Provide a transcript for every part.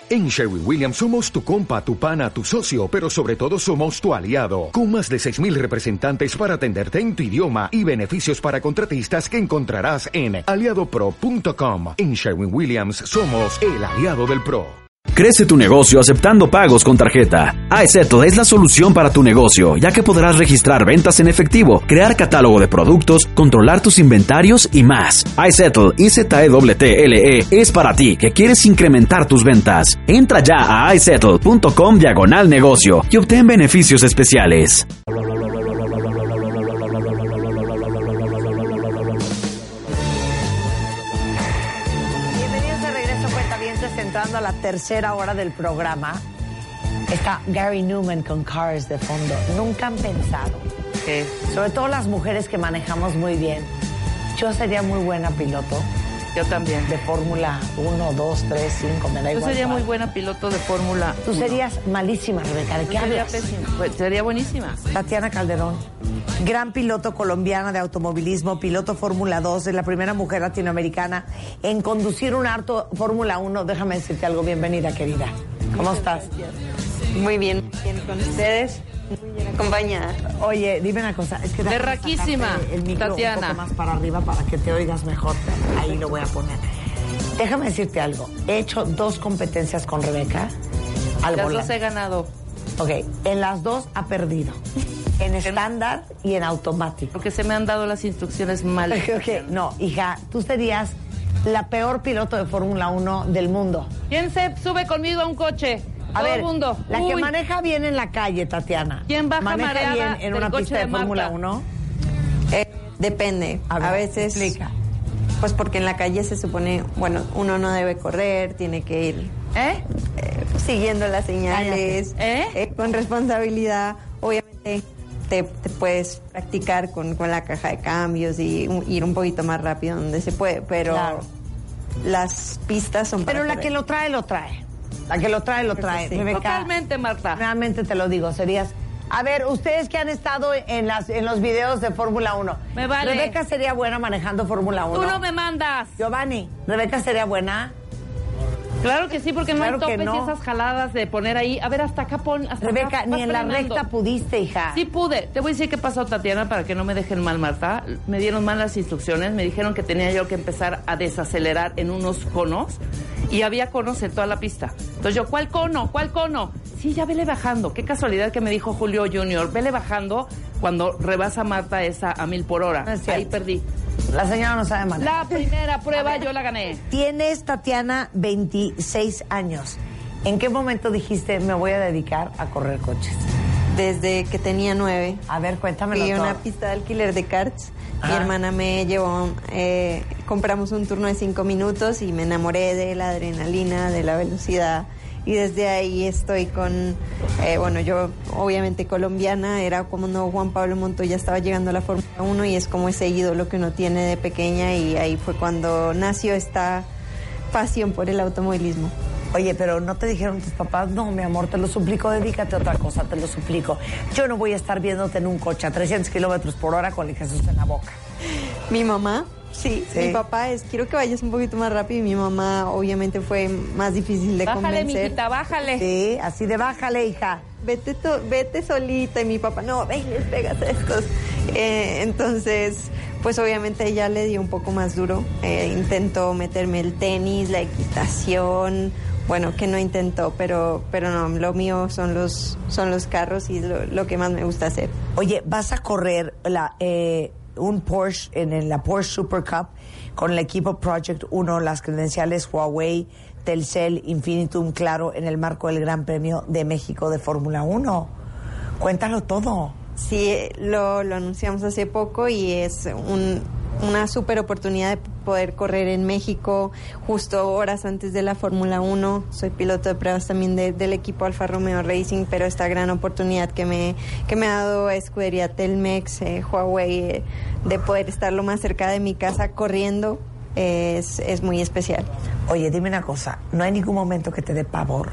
En Sherwin-Williams somos tu compa, tu pana, tu socio, pero sobre todo somos tu aliado, con más de 6,000 representantes para atenderte en tu idioma y beneficios para contratistas que encontrarás en aliadopro.com. En Sherwin-Williams somos el aliado del pro. Crece tu negocio aceptando pagos con tarjeta. iSettle es la solución para tu negocio, ya que podrás registrar ventas en efectivo, crear catálogo de productos, controlar tus inventarios y más. iSettle, IZETTLE, es para ti que quieres incrementar tus ventas. Entra ya a iSettle.com/negocio y obtén beneficios especiales. Entrando a la tercera hora del programa, está Gary Newman con Cars de fondo. Nunca han pensado, sobre todo las mujeres que manejamos muy bien, yo sería muy buena piloto. Yo también. De Fórmula 1, 2, 3, 5, me da igual. Yo sería muy buena piloto de Fórmula 1. Tú serías malísima, Rebeca. ¿De qué hablas? Sería buenísima. Tatiana Calderón, gran piloto colombiana de automovilismo, piloto Fórmula 2, es la primera mujer latinoamericana en conducir un auto Fórmula 1. Déjame decirte algo, bienvenida, querida. ¿Cómo estás? Muy bien, con ustedes. Muy bien acompañada. Oye, dime una cosa, es que berraquísima, el micro Tatiana. Un poco más para arriba para que te oigas mejor. Ahí lo voy a poner. Déjame decirte algo. He hecho 2 competencias con Rebeca. Las 2 he ganado. Ok, en las 2 ha perdido. En estándar y en automático. Porque se me han dado las instrucciones mal. Okay. No, hija, tú serías la peor piloto de Fórmula 1 del mundo. ¿Quién se sube conmigo a un coche? A Todo ver, el mundo. La que maneja bien en la calle, Tatiana. ¿Quién baja maneja mareada bien en del una coche pista de Fórmula 1? Depende. A veces. Explica. Pues porque en la calle se supone, bueno, uno no debe correr, tiene que ir siguiendo las señales, con responsabilidad. Obviamente te puedes practicar con la caja de cambios y ir un poquito más rápido donde se puede, pero claro, las pistas son para pero la correr. que lo trae, lo trae. La que lo trae, lo trae. Sí. Rebeca, Totalmente, Marta. realmente te lo digo, serías... A ver, ustedes que han estado en los videos de Fórmula 1. Me vale. ¿Rebeca sería buena manejando Fórmula 1? Tú no me mandas. Giovanni, ¿Rebeca sería buena? Claro que sí, porque no Claro hay topes que no. y esas jaladas de poner ahí. A ver, hasta acá pon. Hasta Rebeca, acá, ni en la frenando. recta pudiste, hija. Sí pude. Te voy a decir qué pasó, Tatiana, para que no me dejen mal, Marta. Me dieron malas instrucciones. Me dijeron que tenía yo que empezar a desacelerar en unos conos. Y había conos en toda la pista. Entonces yo, ¿cuál cono? ¿Cuál cono? Sí, ya vele bajando. Qué casualidad que me dijo Julio Junior. Vele bajando cuando rebasa Marta esa a 1,000 por hora. No es cierto. Ahí perdí. La señora no sabe manejar. La primera prueba yo la gané. Tienes, Tatiana, 26 años. ¿En qué momento dijiste, me voy a dedicar a correr coches? Desde que tenía 9. A ver, cuéntamelo Fui a todo. una pista de alquiler de karts. Mi hermana me llevó, compramos un turno de 5 minutos y me enamoré de la adrenalina, de la velocidad. Y desde ahí estoy con, yo obviamente colombiana, era como no Juan Pablo Montoya estaba llegando a la Fórmula 1 y es como ese ídolo que uno tiene de pequeña y ahí fue cuando nació esta pasión por el automovilismo. Oye, pero ¿no te dijeron tus papás? No, mi amor, te lo suplico, dedícate a otra cosa, te lo suplico. Yo no voy a estar viéndote en un coche a 300 kilómetros por hora con el Jesús en la boca. Mi mamá, sí. Mi papá quiero que vayas un poquito más rápido y mi mamá obviamente fue más difícil de Bájale, convencer. mijita, bájale. Sí, así de bájale, hija. Vete solita y mi papá, no, ven, les pegas a estos. Entonces, pues obviamente ella le dio un poco más duro. Intentó meterme el tenis, la equitación. Bueno, que no intentó, pero no, lo mío son los carros y lo que más me gusta hacer. Oye, vas a correr un Porsche en la Porsche Super Cup con el equipo Project 1, las credenciales Huawei, Telcel, Infinitum, Claro, en el marco del Gran Premio de México de Fórmula 1. Cuéntalo todo. Sí, lo anunciamos hace poco y es una súper oportunidad de poder correr en México justo horas antes de la Fórmula 1. Soy piloto de pruebas también del equipo Alfa Romeo Racing, pero esta gran oportunidad que me ha dado Escudería Telmex, Huawei, de poder estar lo más cerca de mi casa corriendo, es muy especial. Oye, dime una cosa, ¿no hay ningún momento que te dé pavor?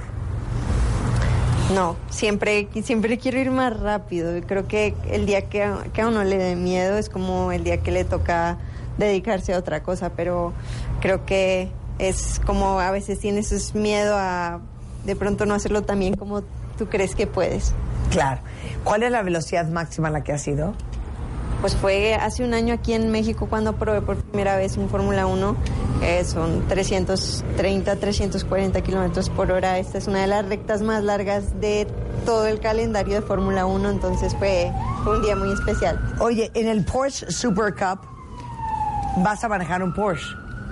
No, siempre quiero ir más rápido. Creo que el día que a uno le dé miedo es como el día que le toca dedicarse a otra cosa, pero creo que es como a veces tienes miedo a de pronto no hacerlo tan bien como tú crees que puedes. Claro. ¿Cuál es la velocidad máxima a la que has ido? Pues fue hace un año aquí en México cuando probé por primera vez un Fórmula 1. Son 330, 340 kilómetros por hora. Esta es una de las rectas más largas de todo el calendario de Fórmula 1, entonces fue un día muy especial. Oye, en el Porsche Super Cup vas a manejar un Porsche.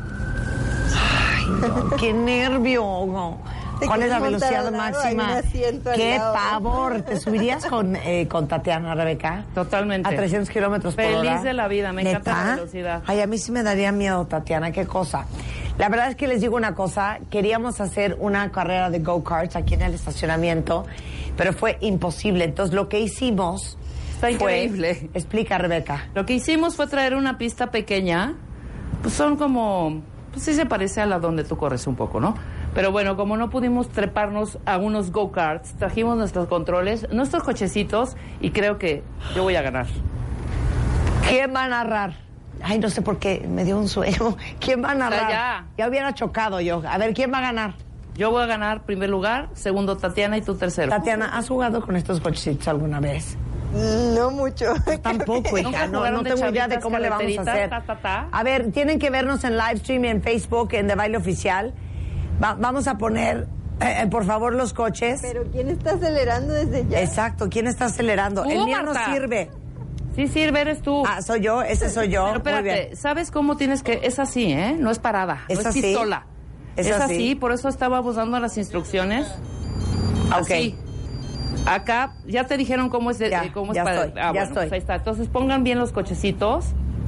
Ay, no, qué nervio. ¿Cuál es la velocidad máxima? ¡Qué pavor! ¿Te subirías con Tatiana, Rebeca? Totalmente. A 300 kilómetros por hora. Feliz de la vida, me encanta la velocidad. Ay, a mí sí me daría miedo, Tatiana, qué cosa. La verdad es que les digo una cosa, queríamos hacer una carrera de go-karts aquí en el estacionamiento, pero fue imposible. Entonces, lo que hicimos Está increíble. Explica, Rebeca. Lo que hicimos fue traer una pista pequeña, pues son como, pues sí se parece a la donde tú corres un poco, ¿no? Pero bueno, como no pudimos treparnos a unos go-karts, trajimos nuestros controles, nuestros cochecitos, y creo que yo voy a ganar. ¿Quién va a narrar? Ay, no sé por qué, me dio un sueño. ¿Quién va a narrar? O sea, ya hubiera chocado yo. A ver, ¿quién va a ganar? Yo voy a ganar primer lugar, segundo Tatiana y tú tercero. Tatiana, ¿has jugado con estos cochecitos alguna vez? No mucho. Tampoco, hija. No tengo idea de cómo le vamos a hacer. A ver, tienen que vernos en live stream en Facebook, en The Baile Oficial. Vamos a poner, por favor, los coches. Pero ¿quién está acelerando desde ya? Exacto, ¿quién está acelerando? El mío Marta. no sirve. Sí sirve, eres tú. Ah, soy yo, ese soy yo. Pero espérate, muy bien. ¿sabes cómo tienes que...? Es así, ¿eh? No es parada, ¿Es no es así? pistola. ¿Es así, por eso estábamos dando las instrucciones. Ok. Así. Acá, ya te dijeron cómo es, cómo ya es para... estoy, Ah, ya bueno, estoy. pues ahí está. Entonces pongan bien los cochecitos.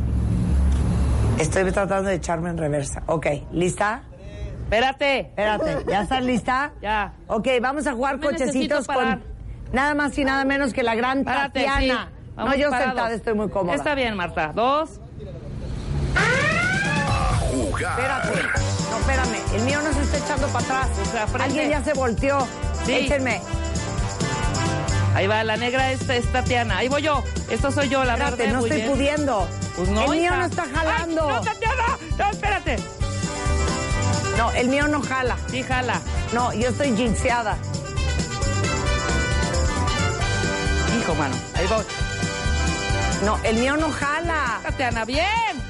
Estoy tratando de echarme en reversa. Ok, ¿lista? Espérate. ¿Ya estás lista? Ya. Ok, vamos a jugar Me cochecitos necesito parar. con nada más y nada menos que la gran Párate, Tatiana. sí. Vamos No, yo parados. sentada estoy muy cómoda. Está bien, Marta. 2. Espérate. No, espérame. El mío no se está echando para atrás. O sea, frente. Alguien ya se volteó. Sí. Échenme. Ahí va, la negra es Tatiana. Ahí voy yo. Esto soy yo, la Espérate, verde. no muy estoy bien. pudiendo. Pues no, el mío hija. no está jalando. ¡Ay, no, Tatiana! No, espérate. No, el mío no jala. Sí, jala. No, yo estoy jinxeada. Hijo, mano. Ahí voy. No, el mío no jala. Tatiana, bien.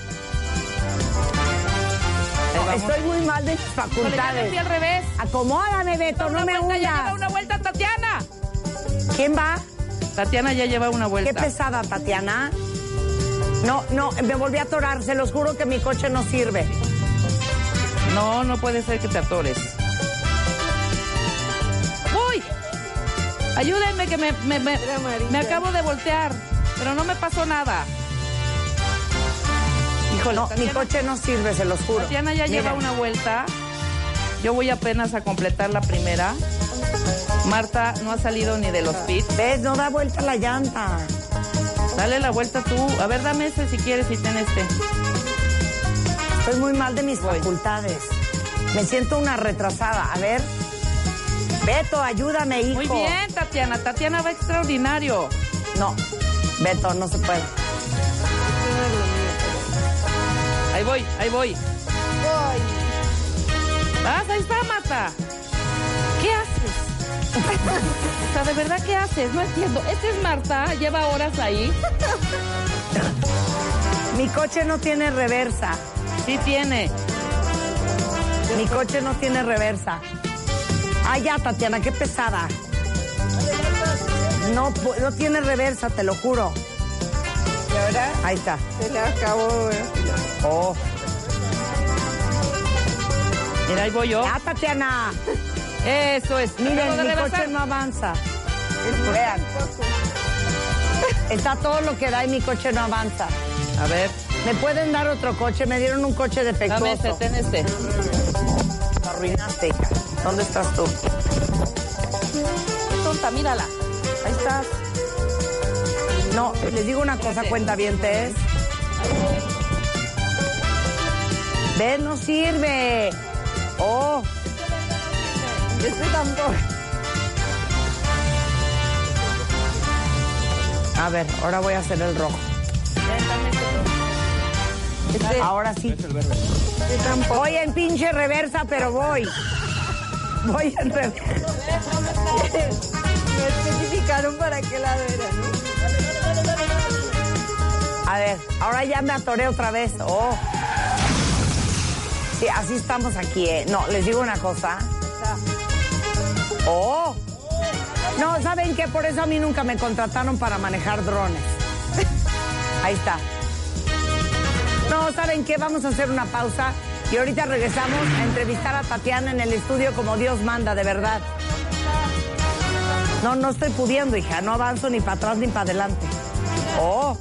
Ahí No, vamos. estoy muy mal de mis Híjole, ya me facultades. fui al revés. Acomódame, Beto, no me Ya lleva hundas. una vuelta, Tatiana. ¿Quién va? Tatiana ya lleva una Qué vuelta. pesada, Tatiana. No, me volví a atorar. Se los juro que mi coche no sirve. No, no puede ser que te atores. ¡Uy! Ayúdenme que me acabo de voltear, pero no me pasó nada. Híjole, No, mi Tatiana, coche no sirve, se los juro. Tatiana ya lleva Miren. una vuelta. Yo voy apenas a completar la primera. Marta no ha salido ni de los pits. ¿Ves? No da vuelta la llanta. Dale la vuelta tú. A ver, dame ese si quieres y ten este. Estoy muy mal de mis facultades. Me siento una retrasada. A ver. Beto, ayúdame, hijo. Muy bien, Tatiana. Tatiana va extraordinario. No, Beto, no se puede. Ahí voy, ahí voy. ¡Ah, ahí está, Marta! ¿Qué haces? O sea, ¿de verdad qué haces? No entiendo. Esta es Marta, lleva horas ahí. Mi coche no tiene reversa. Sí tiene. Mi coche no tiene reversa. Ah, ya, Tatiana, qué pesada. No tiene reversa, te lo juro. ¿Y ahora? Ahí está. Se le acabó. Oh. Mira, ahí voy yo. Ya, Tatiana. Eso es. Miren, Acabo de mi rebasar. coche no avanza. Vean. Está todo lo que da y mi coche no avanza. A ver, ¿Me pueden dar otro coche? Me dieron un coche defectuoso. dame este, ten este. Lo arruinaste, hija. ¿Dónde estás tú? Qué tonta, mírala. Ahí estás. No, les digo una cosa, cuentavientes. ¿Ves? No sirve. Oh. Este tampoco. A ver, ahora voy a hacer el rojo. Ahora sí. Voy en pinche reversa, pero voy. Voy al revés. No especificaron para qué lado era, ¿no? A ver, ahora ya me atoré otra vez. Oh. Sí, así estamos aquí, ¿eh? No, les digo una cosa. Oh. No, ¿saben qué? Por eso a mí nunca me contrataron para manejar drones. Ahí está. No, ¿saben qué? Vamos a hacer una pausa y ahorita regresamos a entrevistar a Tatiana en el estudio como Dios manda, de verdad. No estoy pudiendo, hija. No avanzo ni para atrás ni para adelante. Oh.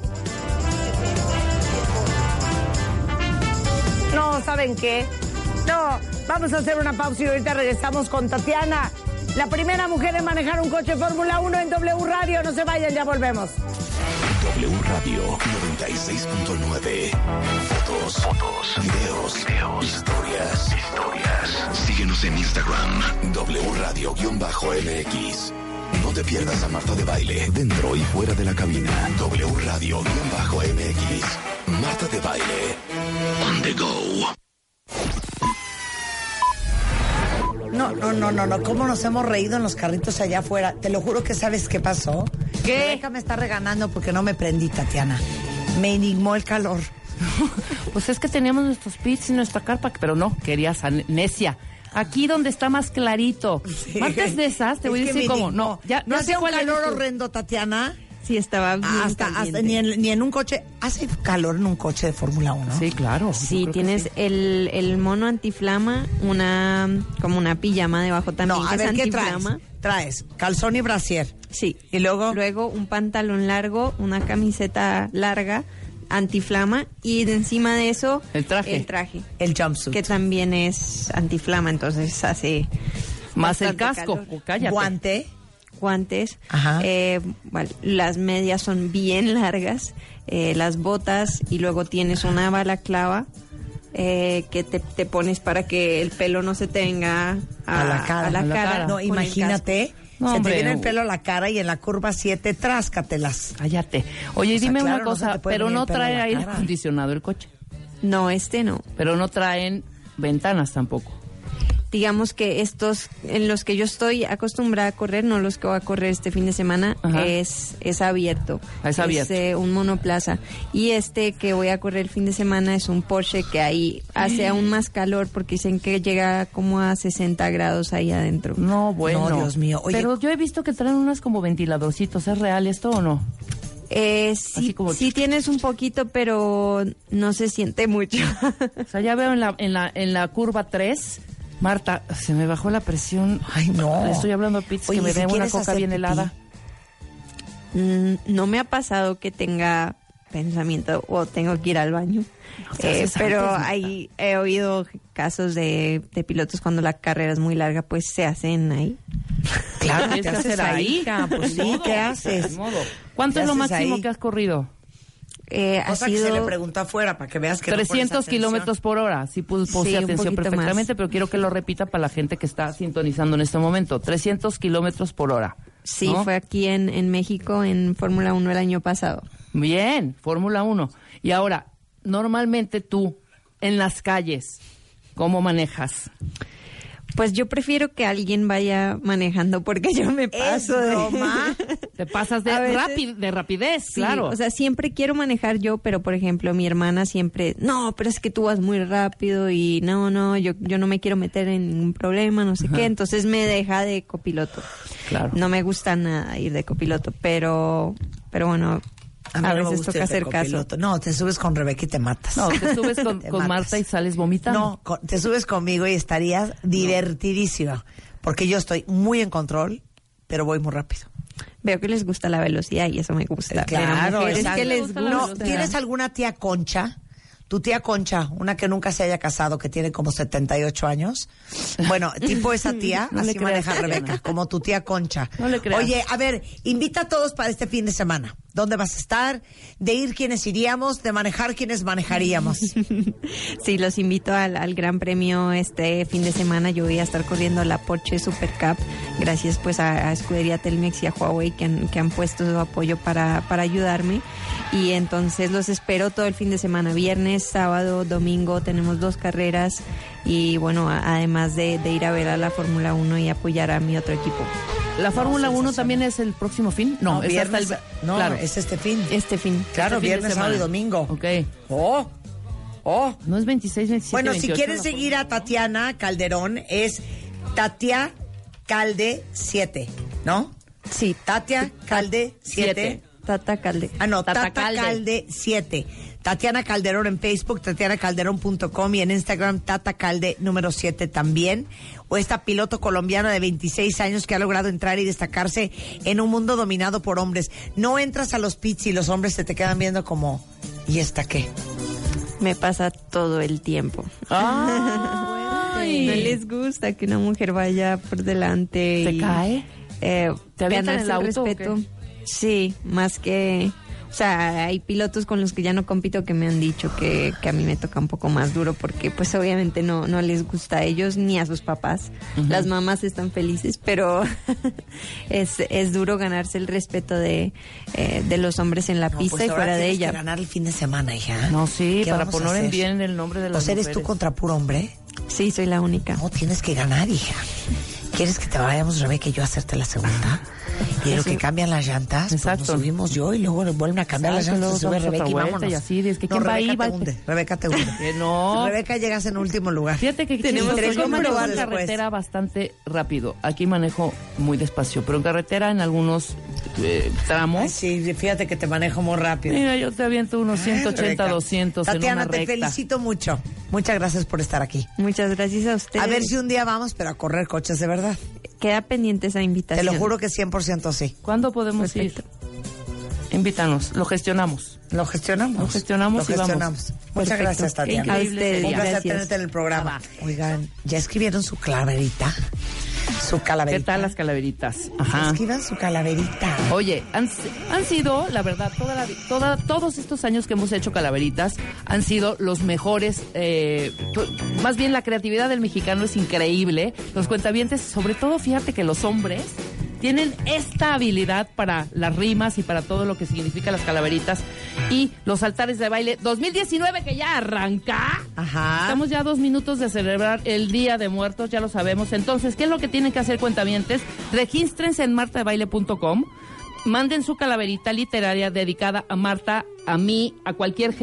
No, ¿saben qué? No, vamos a hacer una pausa y ahorita regresamos con Tatiana, la primera mujer en manejar un coche Fórmula 1 en W Radio. No se vayan, ya volvemos. W Radio 96.9. Fotos, videos, historias. Síguenos en Instagram, W Radio-MX. No te pierdas a Marta de Baile, dentro y fuera de la cabina. W Radio-MX. Marta de Baile. On the go. No. ¿Cómo nos hemos reído en los carritos allá afuera? Te lo juro que ¿sabes qué pasó? ¿Qué? Rebeca me está regañando porque no me prendí, Tatiana. Me enigmó el calor. Pues es que teníamos nuestros pits y nuestra carpa, pero no, querías necia. Aquí donde está más clarito. Sí. Martes de esas, te voy a decir cómo. No, ya ¿No sé hacía un cuál calor eres tú. horrendo, Tatiana? Sí, estaba bien Hasta ni en un coche. ¿Hace calor en un coche de Fórmula 1? Sí, claro. Sí, tienes el mono antiflama, como una pijama debajo también, No, que a ver, es ¿qué antiflama. traes? Calzón y brasier. Sí. ¿Y luego? Luego un pantalón largo, una camiseta larga, antiflama, y de encima de eso El traje. El jumpsuit. que también es antiflama, entonces hace Más el bastante casco. calor. Cállate. Guantes. Ajá. Bueno, las medias son bien largas, las botas, y luego tienes una balaclava que te pones para que el pelo no se tenga a la cara. No, con el imagínate. No, se hombre, te viene el pelo a la cara y en la curva 7, tráscatelas. Cállate. Oye, O sea, dime claro, una no se cosa, te puede pero venir no el pelo a trae la aire cara. acondicionado el coche. casco. No, no. Pero no traen ventanas tampoco. Digamos que estos en los que yo estoy acostumbrada a correr, no los que voy a correr este fin de semana, Ajá. es abierto. Es abierto. Un monoplaza. Y este que voy a correr el fin de semana es un Porsche, que ahí hace aún más calor porque dicen que llega como a 60 grados ahí adentro. No, bueno. No, Dios mío. Oye, pero yo he visto que traen unas como ventiladorcitos. ¿Es real esto o no? Sí, como- sí tienes un poquito, pero no se siente mucho. O sea, ya veo en la curva 3, Marta, se me bajó la presión. Ay, no. Le estoy hablando a Pitts Oye, que me si dé una quieres coca hacer bien pipí. helada. No me ha pasado que tenga pensamiento o tengo que ir al baño. te haces Pero antes, Marta. ahí he oído casos de pilotos cuando la carrera es muy larga, pues se hacen ahí. claro, ¿Qué te tienes que haces hacer ahí, hija. Pues sí, ¿qué haces? Ni modo. ¿Cuánto ¿Qué es lo haces máximo ahí? que has corrido? Ha Cosa que sido se le preguntó afuera para que veas que 300 kilómetros por hora. Sí, puse Sí, un atención poquito perfectamente, más. pero quiero que lo repita para la gente que está sintonizando en este momento. 300 kilómetros por hora. Sí, ¿no? fue aquí en México en Fórmula 1 el año pasado. Bien, Fórmula 1. Y ahora, normalmente tú, en las calles, ¿cómo manejas? Pues yo prefiero que alguien vaya manejando porque yo me paso de broma? Te pasas A veces- de rapidez, Sí, claro. o sea, siempre quiero manejar yo, pero por ejemplo, mi hermana siempre, no, pero es que tú vas muy rápido y no, yo no me quiero meter en ningún problema, no sé qué, entonces me deja de copiloto. Claro. No me gusta nada ir de copiloto, pero bueno, A mí a no me veces gusta toca ir de hacer caso. copiloto. No, te subes con Rebeca y te matas. No, te subes con, Te con matas. Marta y sales vomitando. No, te subes conmigo y estarías divertidísima. Porque yo estoy muy en control, pero voy muy rápido. Veo que les gusta la velocidad y eso me gusta. Claro, pero mujeres exacto. que les gusta la No, gusta. ¿tienes alguna tía Concha? Tu tía Concha, una que nunca se haya casado, que tiene como 78 años. Bueno, tipo esa tía, No le así creas, maneja Tatiana. Rebeca, como tu tía Concha. No le creas. Oye, a ver, invita a todos para este fin de semana. ¿Dónde vas a estar? De ir quienes iríamos, de manejar quienes manejaríamos. Sí, los invito al Gran Premio este fin de semana. Yo voy a estar corriendo la Porsche Super Cup, gracias pues a Escudería Telmex y a Huawei que han puesto su apoyo para ayudarme. Y entonces los espero todo el fin de semana, viernes, sábado, domingo. Tenemos 2 carreras y bueno, además de ir a ver a la Fórmula 1 y apoyar a mi otro equipo. ¿La Fórmula 1 también es el próximo fin? No, es viernes, hasta el... no, claro. es este fin. Este fin. Claro, Este fin de viernes, sábado y semana. domingo. Ok. Oh. No es 26, 27, Bueno, 28, si quieren ¿no? seguir a Tatiana Calderón, es Tatia Calde 7, ¿no? Sí. Tatia Calde 7. Tata Calde. Ah, no, Tata Tata Calde. Calde 7. Tatiana Calderón en Facebook, tatianacalderón.com y en Instagram Tata Calde número 7 también. O esta piloto colombiana de 26 años que ha logrado entrar y destacarse en un mundo dominado por hombres. No entras a los pits y los hombres se te quedan viendo como, ¿y esta qué? Me pasa todo el tiempo. Ay. No les gusta que una mujer vaya por delante. ¿Te y, cae? ¿Te avientan ganarse el auto o respeto. qué? Sí, más que... O sea, hay pilotos con los que ya no compito que me han dicho que a mí me toca un poco más duro porque pues obviamente no les gusta a ellos ni a sus papás. Las mamás están felices, pero es duro ganarse el respeto de los hombres en la pista pues y ahora fuera de tienes que ella. ganar el fin de semana, hija. No, sí, ¿Qué para vamos a poner en hacer? bien el nombre de las ¿O sea, eres tú mujeres. contra puro hombre? Sí, soy la única. No, tienes que ganar, hija. ¿Quieres que te vayamos, Rebeca, y yo a hacerte la segunda? Y lo que cambian las llantas, Exacto. pues nos subimos yo y luego nos vuelven a cambiar las Exacto, llantas, se luego sube damos Rebeca y otra vuelta vámonos. y así, es que no, ¿quién va Rebeca ahí? te hunde, Rebeca te hunde. Que no. Rebeca llegas en último lugar. Fíjate que Tenemos chistoso, tres yo manejo lugares en después. carretera bastante rápido. Aquí manejo muy despacio, pero en carretera en algunos tramos. Ay, sí, fíjate que te manejo muy rápido. Mira, yo te aviento unos 180, Rebeca. 200 Tatiana, en una te recta. felicito mucho. Muchas gracias por estar aquí. Muchas gracias a ustedes. A ver si un día vamos, pero a correr coches de verdad. Queda pendiente esa Te invitación. lo juro que 100% sí. ¿Cuándo podemos Perfecto. ir? Invítanos, lo gestionamos. Lo gestionamos. Lo gestionamos Lo y vamos. gestionamos. Muchas Perfecto. gracias, Tatiana. Qué increíble A ustedes, Un sería. placer gracias. tenerte en el programa. Oigan, ¿ya escribieron su calaverita? Su calaverita. ¿Qué tal las calaveritas? Escriban su calaverita. Oye, han sido, la verdad, todos estos años que hemos hecho calaveritas han sido los mejores. Más bien la creatividad del mexicano es increíble. Los cuentavientes, sobre todo, fíjate que los hombres tienen esta habilidad para las rimas y para todo lo que significa las calaveritas y los altares de baile 2019 que ya arranca. Ajá. Estamos ya a 2 minutos de celebrar el Día de Muertos, ya lo sabemos. Entonces, ¿qué es lo que tienen que hacer, cuentavientes? Regístrense en martadebaile.com. Manden su calaverita literaria dedicada a Marta, a mí, a cualquier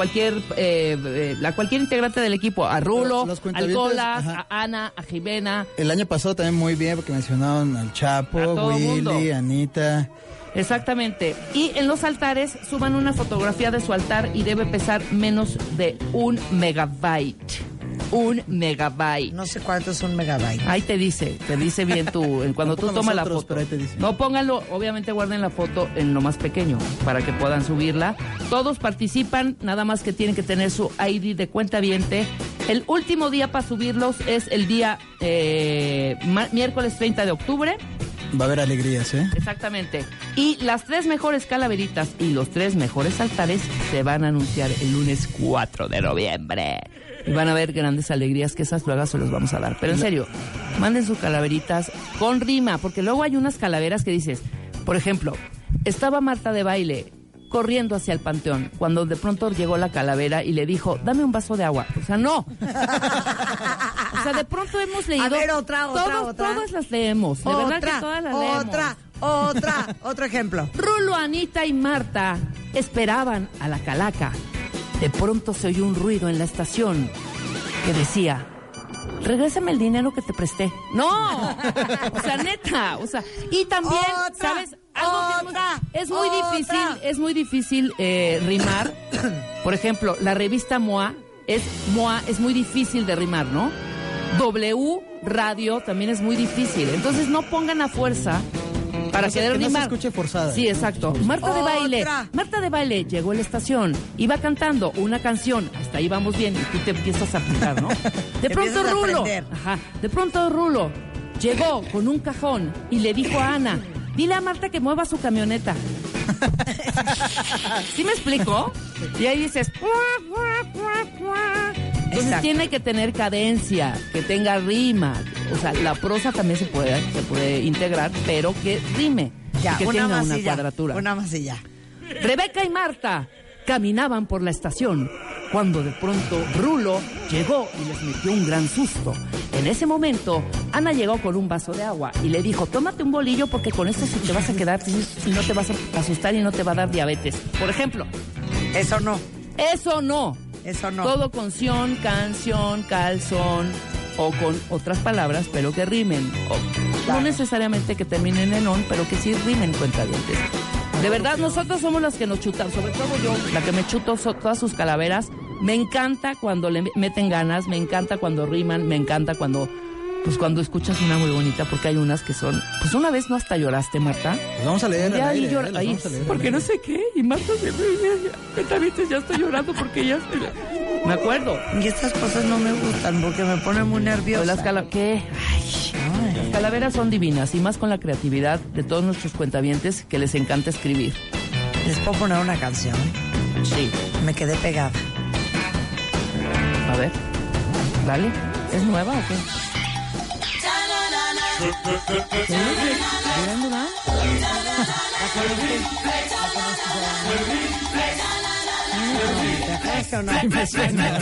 integrante del equipo, a Rulo, Los al cuentavientes, Colas, ajá. a Ana, a Jimena. El año pasado también muy bien porque mencionaron al A Chapo, todo mundo. Willy, Anita. Exactamente. Y en los altares suban una fotografía de su altar y debe pesar menos de 1 megabyte. 1 megabyte. No sé cuánto es un megabyte. Ahí te dice bien cuando tú Tampoco tomas la nosotros, foto. pero ahí te dice. No, pónganlo, obviamente guarden la foto en lo más pequeño para que puedan subirla. Todos participan, nada más que tienen que tener su ID de cuentaviente. El último día para subirlos es el día miércoles 30 de octubre. Va a haber alegrías, ¿eh? Exactamente. Y las 3 mejores calaveritas y los 3 mejores altares se van a anunciar el lunes 4 de noviembre. Y van a haber grandes alegrías que esas luego se los vamos a dar. Pero en serio, manden sus calaveritas con rima, porque luego hay unas calaveras que dices, por ejemplo, estaba Marta de Baile corriendo hacia el panteón, cuando de pronto llegó la calavera y le dijo, dame un vaso de agua. O sea, no. O sea, de pronto hemos leído... A ver, otra. Todas las leemos. De verdad que todas las leemos. Otro ejemplo. Rulo, Anita y Marta esperaban a la calaca. De pronto se oyó un ruido en la estación que decía, regrésame el dinero que te presté. ¡No! O sea, neta. O sea, y también, ¿sabes? Algo que es muy difícil rimar. Por ejemplo, la revista MOA es muy difícil de rimar, ¿no? W Radio también es muy difícil. Entonces no pongan a fuerza para querer que no se rimar. escuche forzada. Sí, exacto. Marta de Baile llegó a la estación, iba cantando una canción, hasta ahí vamos bien, y tú te empiezas a aplicar, ¿no? De pronto Rulo llegó con un cajón y le dijo a Ana, dile a Marta que mueva su camioneta. ¿Sí me explico? Y ahí dices... Entonces tiene que tener cadencia, que tenga rima. O sea, la prosa también se puede integrar, pero que rime. Ya, y que una tenga masilla. una cuadratura. Una masilla. Rebeca y Marta caminaban por la estación cuando de pronto Rulo llegó y les metió un gran susto. En ese momento, Ana llegó con un vaso de agua y le dijo, tómate un bolillo porque con esto sí te vas a quedar y no te vas a asustar y no te va a dar diabetes. Por ejemplo. Eso no. Eso no. Eso no. Todo con ción, canción, calzón o con otras palabras, pero que rimen. No necesariamente que terminen en on, pero que sí rimen, cuentavientes. De verdad, nosotros somos las que nos chutan, sobre todo yo, la que me chuto todas sus calaveras. Me encanta cuando le meten ganas, me encanta cuando riman, me encanta cuando escuchas una muy bonita, porque hay unas que son... Pues una vez no hasta lloraste, Marta. Pues vamos a leer ya ahí, ahí, porque no sé qué, y Marta se cuentavientes, ya estoy llorando porque ya estoy... Me acuerdo. Y estas cosas no me gustan porque me ponen muy nerviosa. ¿Qué? Las calaveras son divinas, y más con la creatividad de todos nuestros cuentavientes que les encanta escribir. ¿Les puedo poner una canción? Sí. Me quedé pegada. A ver, dale. ¿Es nueva o qué? Me suena.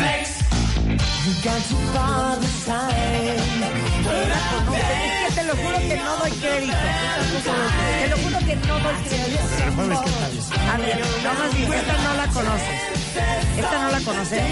Te lo juro que no doy crédito. Te lo juro que no doy crédito. A ver, no más bien, esta no la conoces. ¿Esta no la conoces?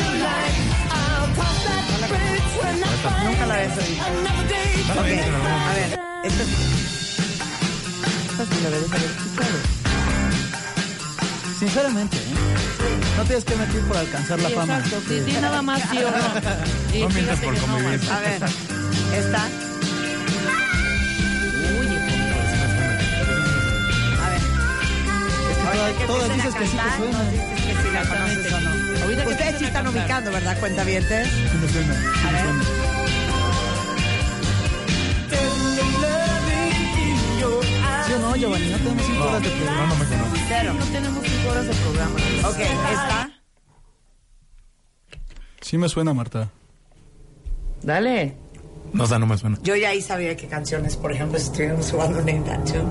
Nunca la habías oído. Ok, a ver, esta sí la debes haber escuchado. Sinceramente, no tienes que mentir por alcanzar la fama. Exacto, sí, nada más sí o no. Sí, no mientas por convivir. A ver, esta. Todas dices que sí te suena. Dices que sí la conoces o no. Ustedes sí están ubicando, ¿verdad, cuentavientes? Sí me suena. A ver. ¿Sí o no, Giovanni? No tenemos 5 horas de programa. No me conozco. Cero. No tenemos 5 horas de programa. Ok, esta. Sí me suena, Marta. Dale. No, o sea, no me suena. Yo ya ahí sabía qué canciones, por ejemplo, si estuviéramos jugando Name That Tune.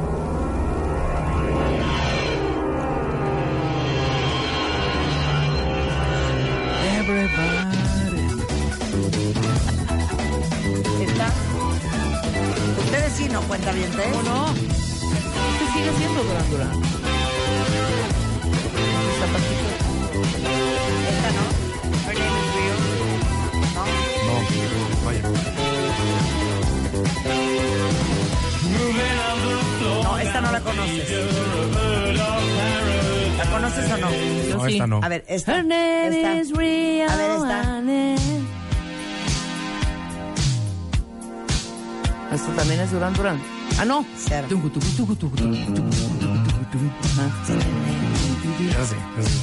¿Esta? Ustedes sí no cuentan bien, ¿eh? ¿O no? Este sigue siendo Duran Duran. ¿Esta no? Her name is Rio. ¿No? No, vaya. No, esta no la conoces. ¿La conoces o no? No, esta no. A ver, esta. Her name Esta. is Rio. A ver, esta. Esto también es Duran Duran. Ah, no. Cero. Ya sé.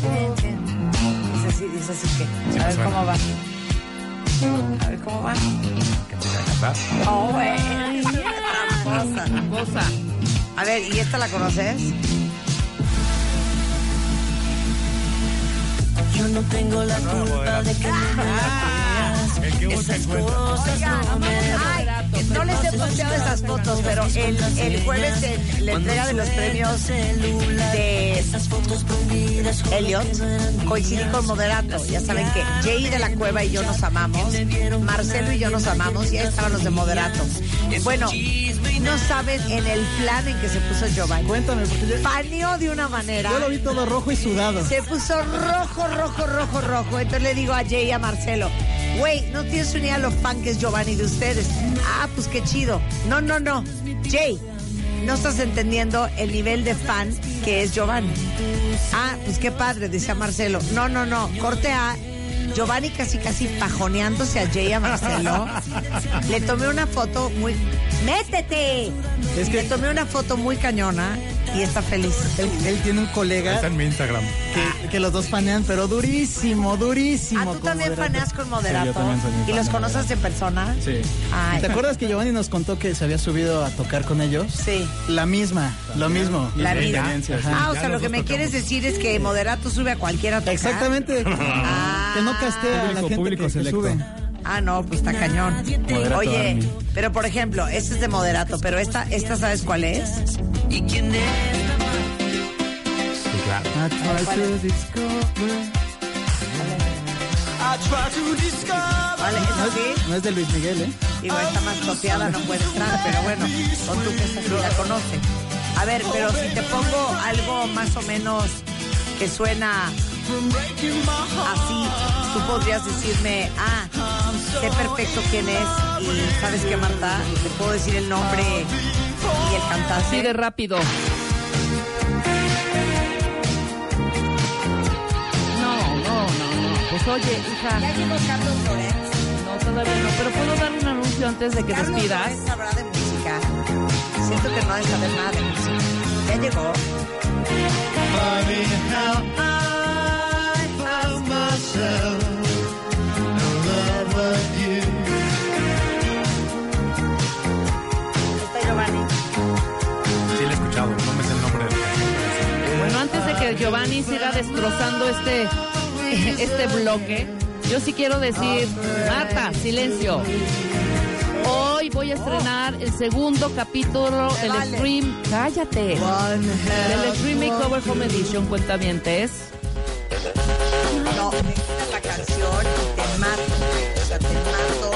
Dice así que. A ver cómo va. A ver cómo va. Que empieza a cantar. Oh, güey. Tramposa. A ver, ¿y esta la conoces? Yo no tengo la culpa de que no me creas. Esas cosas no me Ay, no les he posteado esas fotos, pero el jueves en la entrega de los premios de Elliot coincidí con Moderato. Ya saben que Jay de la Cueva y yo nos amamos, Marcelo y yo nos amamos, y ahí estaban los de Moderato. Bueno, no saben en el plan en que se puso Giovanni. Cuéntame, porque yo Paneó de una manera. lo vi todo rojo y sudado. Se puso rojo. Entonces le digo a Jay y a Marcelo, güey, no tienes una idea lo fan que es Giovanni de ustedes. Ah, pues qué chido. No. Jay, no estás entendiendo el nivel de fan que es Giovanni. Ah, pues qué padre, decía Marcelo. No. Corte A. Giovanni casi pajoneándose a Jay y a Marcelo. Le tomé una foto muy... ¡Métete! Es que le tomé una foto muy cañona y está feliz. Él tiene un colega Está en mi Instagram. que los dos fanean, pero durísimo. Ah, ¿tú también faneas con Moderato? Sí, yo también soy muy ¿Y fan los de conoces en persona? Sí. Ay. ¿Te acuerdas que Giovanni nos contó que se había subido a tocar con ellos? Sí. Lo mismo. La misma. Ajá. O sea, lo que me quieres decir es que Moderato sube a cualquiera a tocar. Exactamente. Que no castea a la gente Público que selecto. sube. Ah, no, pues está cañón. Moderato Oye, Army. pero por ejemplo, este es de Moderato, pero esta ¿sabes cuál es? ¿Y quién es? Sí, claro. I try to discover. Vale, eso sí. No es de Luis Miguel, ¿eh? Digo, esta más topeada no puede entrar, pero bueno, con tú que esta sí la conoce. A ver, pero si te pongo algo más o menos que suena así, tú podrías decirme, sé perfecto quién es y ¿sabes qué, Marta? Te puedo decir el nombre y el cantante. Así de rápido. No. Pues oye, hija. Ya llegó Carlos Loret. No, todavía no, pero puedo dar un anuncio antes de que Carlos despidas. Loret sabrá de música. Siento que no ha de saber nada de música. Ya llegó. Está Giovanni. Sí, lo he escuchado, no me sé el nombre del... Bueno, antes de que Giovanni siga destrozando este bloque, yo sí quiero decir, Marta, silencio. Hoy voy a estrenar el segundo capítulo del Extreme... ¡Cállate! Del Extreme Makeover Home Edition, cuentavientes. No, me quita la canción y te mato. O sea, te mato.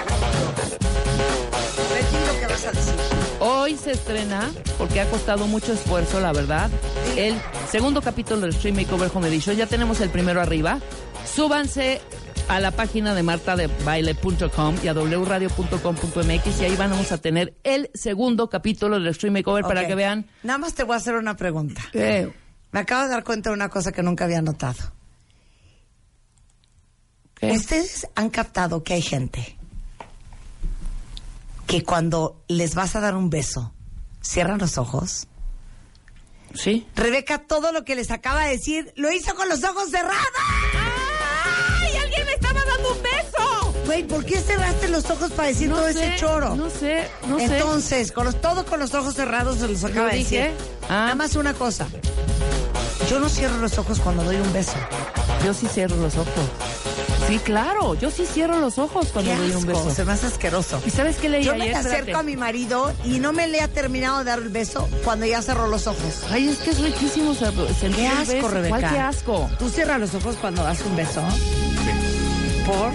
Lo que vas a decir. Hoy se estrena, porque ha costado mucho esfuerzo, la verdad, el segundo capítulo del Extreme Makeover Home Edition. Ya tenemos el primero arriba. Súbanse a la página de martadebaile.com y a wradio.com.mx y ahí vamos a tener el segundo capítulo del Extreme Makeover para que vean. Nada más te voy a hacer una pregunta. ¿Qué? Me acabo de dar cuenta de una cosa que nunca había notado. ¿Qué? Ustedes han captado que hay gente que cuando les vas a dar un beso, cierran los ojos. Sí. Rebeca, todo lo que les acaba de decir, lo hizo con los ojos cerrados. ¡Ay! ¡Alguien me estaba dando un beso! Güey, ¿por qué cerraste los ojos para decir todo ese choro? No sé. Entonces, todo con los ojos cerrados se los acaba de decir. Nada más una cosa. Yo no cierro los ojos cuando doy un beso. Yo sí cierro los ojos. Sí, claro. Yo sí cierro los ojos cuando doy un beso. Se me hace asqueroso. ¿Y sabes qué leí Yo ayer? me acerco Espérate. a mi marido y no me le ha terminado de dar el beso cuando ya cerró los ojos. Ay, es que es riquísimo sentir Qué el asco, beso. Rebeca. ¿Cuál qué asco? ¿Tú cierras los ojos cuando das un beso? ¿Por?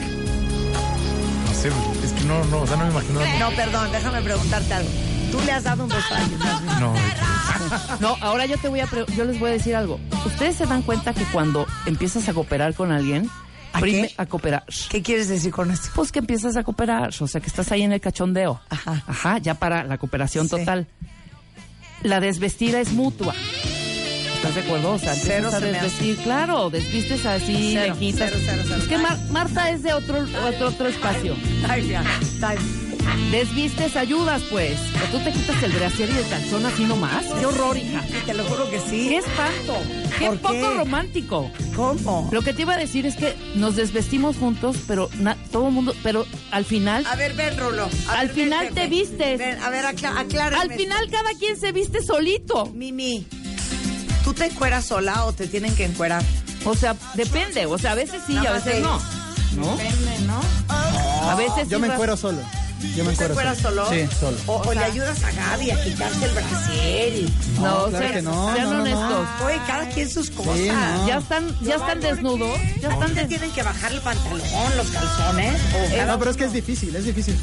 No sé, es que no, o sea, no me imagino... No, perdón, déjame preguntarte algo. ¿Tú le has dado un beso a alguien? No, No, ahora yo les voy a decir algo. ¿Ustedes se dan cuenta que cuando empiezas a cooperar con alguien... ¿A qué? A cooperar. ¿Qué quieres decir con esto? Pues que empiezas a cooperar, o sea, que estás ahí en el cachondeo. Ajá. Ya para la cooperación Sí. total. La desvestida es mutua. ¿Estás de acuerdo? O sea, Cero empiezas a se me desvestir, claro, desvistes así, Cero, le quitas. cero. Es que Marta es de otro espacio. Ay, ya. Desvistes, ayudas, pues. O tú te quitas el brasier y el calzón así nomás. Qué horror, hija. Te lo juro que sí. Qué espanto. Qué ¿Por poco qué? romántico. ¿Cómo? Lo que te iba a decir es que nos desvestimos juntos, pero todo el mundo, pero al final, A ver, ven, Rulo. al final te vistes. Ven, a ver, aclárame. Al final cada quien se viste solito. Mimi, ¿tú te encueras sola o te tienen que encuerar? O sea, depende. O sea, a veces sí y a Nada más veces de- no. ¿No? Depende, ¿no? A veces Yo sí me vas- encuero solo. Yo me ¿Tú te encuero encueras solo? Sí, solo. O le ayudas a Gaby a quitarse el brasier y... No, claro sean, que no, sean no, no, honestos. Oye, cada quien sus cosas. Sí, no. Ya están desnudos. Ya ¿No están te tienen que bajar el pantalón, los calzones? No, pero es que es difícil.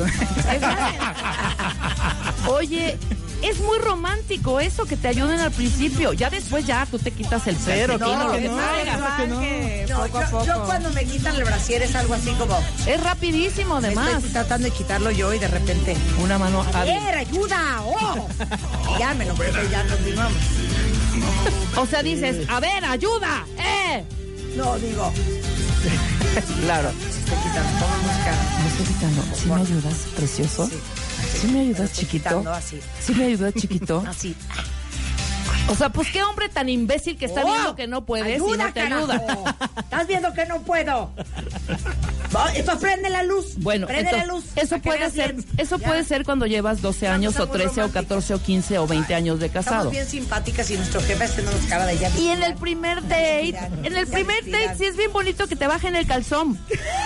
Oye, es muy romántico eso que te ayuden al principio. Ya después tú te quitas el Cero, calcetín o lo que no, salga. claro que no. No, yo cuando me quitan el brasier es algo así como... Es rapidísimo, además. Estoy tratando de quitarlo yo y de repente... Una mano ¡A hábil. ver, ayuda! ¡Oh! Y ya me lo puse y ya continuamos. O sea, dices, a ver, ayuda, No, digo... Claro. Estoy quitando, pongo música. Me estoy quitando. ¿Sí me ayudas, precioso? ¿Sí me ayudas, chiquito? Quitando así. ¿Sí me ayudas, chiquito? Así. O sea, pues qué hombre tan imbécil que está viendo que no puedes y no te ayuda. Carajo. ¿Estás viendo que no puedo? Esto prende la luz. Bueno, prende la luz. eso para que puede veas ser, bien. eso Ya. puede ser cuando llevas 12 años o Estamos muy 13 o 14 o 15 o 20 años de casado. Estamos bien simpáticas y nuestro jefe haciéndonos cara de ella. Y en el primer date, sí es bien bonito que te bajen el calzón.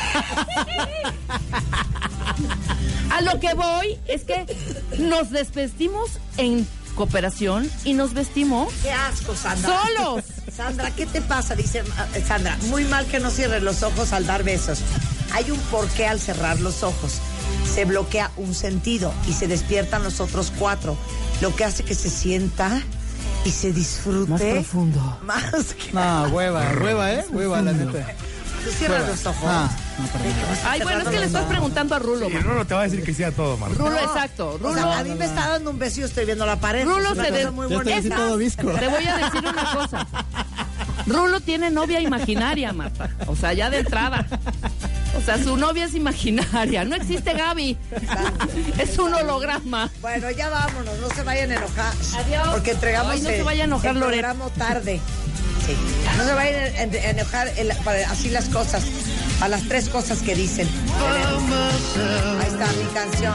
A lo que voy es que nos desvestimos en cooperación y nos vestimos Qué asco, Sandra. Sandra, ¿qué te pasa? Dice Sandra, muy mal que no cierres los ojos al dar besos. Hay un porqué al cerrar los ojos. Se bloquea un sentido y se despiertan los otros 4, lo que hace que se sienta y se disfrute. Más profundo. Más que... No, hueva, la neta. Tú cierras los ojos. Ay, bueno, es que le estás preguntando a Rulo. Sí, Rulo te va a decir que sí a todo, Marta. Rulo, exacto. Rulo, O sea, a mí me está dando un beso y yo estoy viendo la pared. Rulo es una se cosa des- muy Ya estoy así bonita. todo visco. Te voy a decir una cosa. Rulo tiene novia imaginaria, Marta. O sea, ya de entrada. O sea, su novia es imaginaria. No existe Gaby. Es un holograma. Bueno, ya vámonos, no se vayan a enojar. Adiós. Porque entregamos Ay, no se vaya a enojar, el Loret. programa tarde. Sí. No se vayan a enojar así las cosas. A las 3 cosas que dicen. Ahí está mi canción.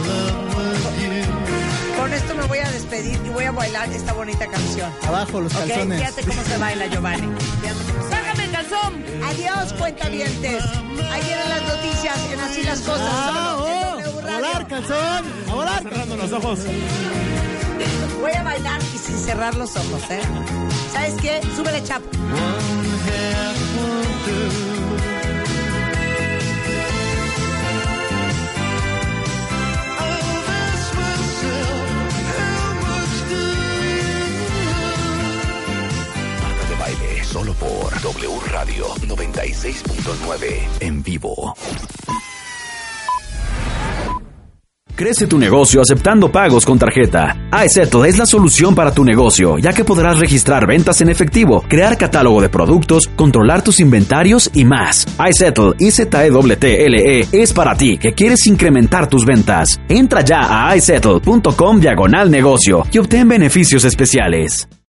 Con esto me voy a despedir y voy a bailar esta bonita canción. Abajo los Ok, calzones. fíjate cómo se baila, Giovanni. Fíjate cómo se baila. ¡Sácame el calzón! Adiós, cuentavientes. Ahí vienen las noticias en Así las Cosas. Solo en W A Radio. volar, calzón. A volar. Cerrando los ojos. Voy a bailar y sin cerrar los ojos, ¿eh? ¿Sabes qué? Súbele, Chapo. Marta de Baile, solo por W Radio 96.9 en vivo. Crece tu negocio aceptando pagos con tarjeta. iSettle es la solución para tu negocio, ya que podrás registrar ventas en efectivo, crear catálogo de productos, controlar tus inventarios y más. iSettle, IZETTLE, es para ti que quieres incrementar tus ventas. Entra ya a iSettle.com/negocio y obtén beneficios especiales.